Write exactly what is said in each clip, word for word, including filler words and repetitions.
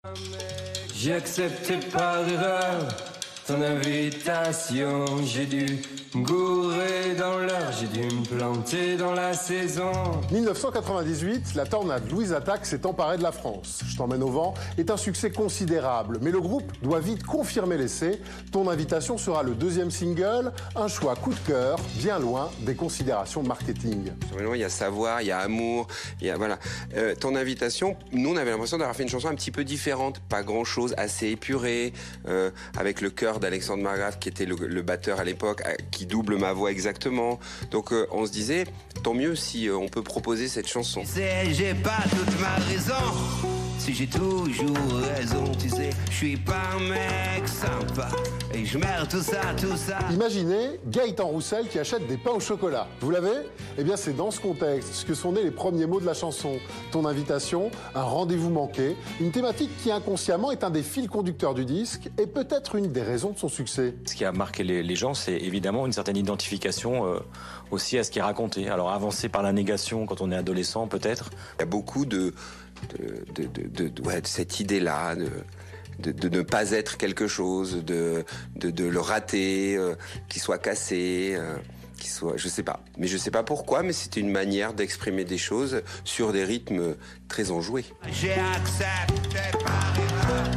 J'ai accepté par erreur ton invitation, j'ai dû me gourer dans l'heure, j'ai dû me planter dans la saison. mille neuf cent quatre-vingt-dix-huit, la tornade Louise Attaque s'est emparée de la France. Je t'emmène au vent est un succès considérable, mais le groupe doit vite confirmer l'essai. Ton invitation sera le deuxième single, un choix coup de cœur, bien loin des considérations marketing. Il y a savoir, il y a amour, il y a voilà. Euh, ton invitation, nous on avait l'impression d'avoir fait une chanson un petit peu différente, pas grand chose, assez épurée, euh, avec le chœur d'Alexandre Margrave qui était le, le batteur à l'époque, qui double ma voix exactement. Donc euh, on se disait, tant mieux si euh, on peut proposer cette chanson. Tu sais, j'ai pas toute ma raison, si j'ai toujours raison, tu sais, je suis pas un mec sympa, et je merde tout ça, tout ça. Imaginez Gaëtan Roussel qui achète des pains au chocolat. Vous l'avez ? Eh bien c'est dans ce contexte que sont nés les premiers mots de la chanson. Ton invitation, un rendez-vous manqué, une thématique qui inconsciemment est un des fils conducteurs du disque et peut-être une des raisons de son succès. Ce qui a marqué les, les gens, c'est évidemment une certaine identification euh, aussi à ce qui est raconté. Alors avancer par la négation quand on est adolescent peut-être. Il y a beaucoup de, de, de, de, de, de, ouais, de cette idée-là, de... De, de ne pas être quelque chose, de, de, de le rater, euh, qu'il soit cassé, euh, qu'il soit, je sais pas. Mais je sais pas pourquoi, mais c'était une manière d'exprimer des choses sur des rythmes très enjoués. J'ai accepté par erreur,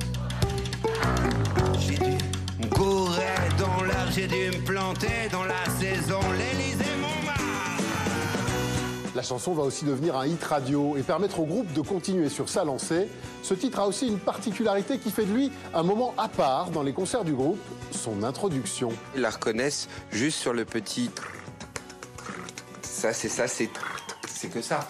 j'ai dû me gourer dans l'heure, j'ai dû me planter dans la saison, l'Élysée Montmartre. La chanson va aussi devenir un hit radio et permettre au groupe de continuer sur sa lancée. Ce titre a aussi une particularité qui fait de lui un moment à part dans les concerts du groupe, son introduction. Ils la reconnaissent juste sur le petit... Ça, c'est ça, c'est... C'est que ça.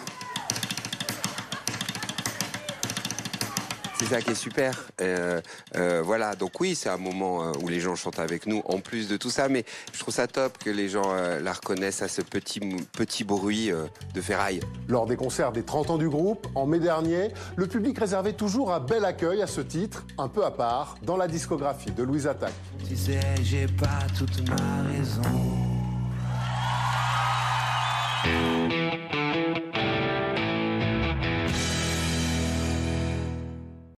C'est ça qui est super. Euh, euh, voilà, donc oui, c'est un moment où les gens chantent avec nous, en plus de tout ça, mais je trouve ça top que les gens euh, la reconnaissent à ce petit, petit bruit euh, de ferraille. Lors des concerts des trente ans du groupe, en mai dernier, le public réservait toujours un bel accueil à ce titre, un peu à part, dans la discographie de Louise Attaque. Tu sais, j'ai pas toute ma raison.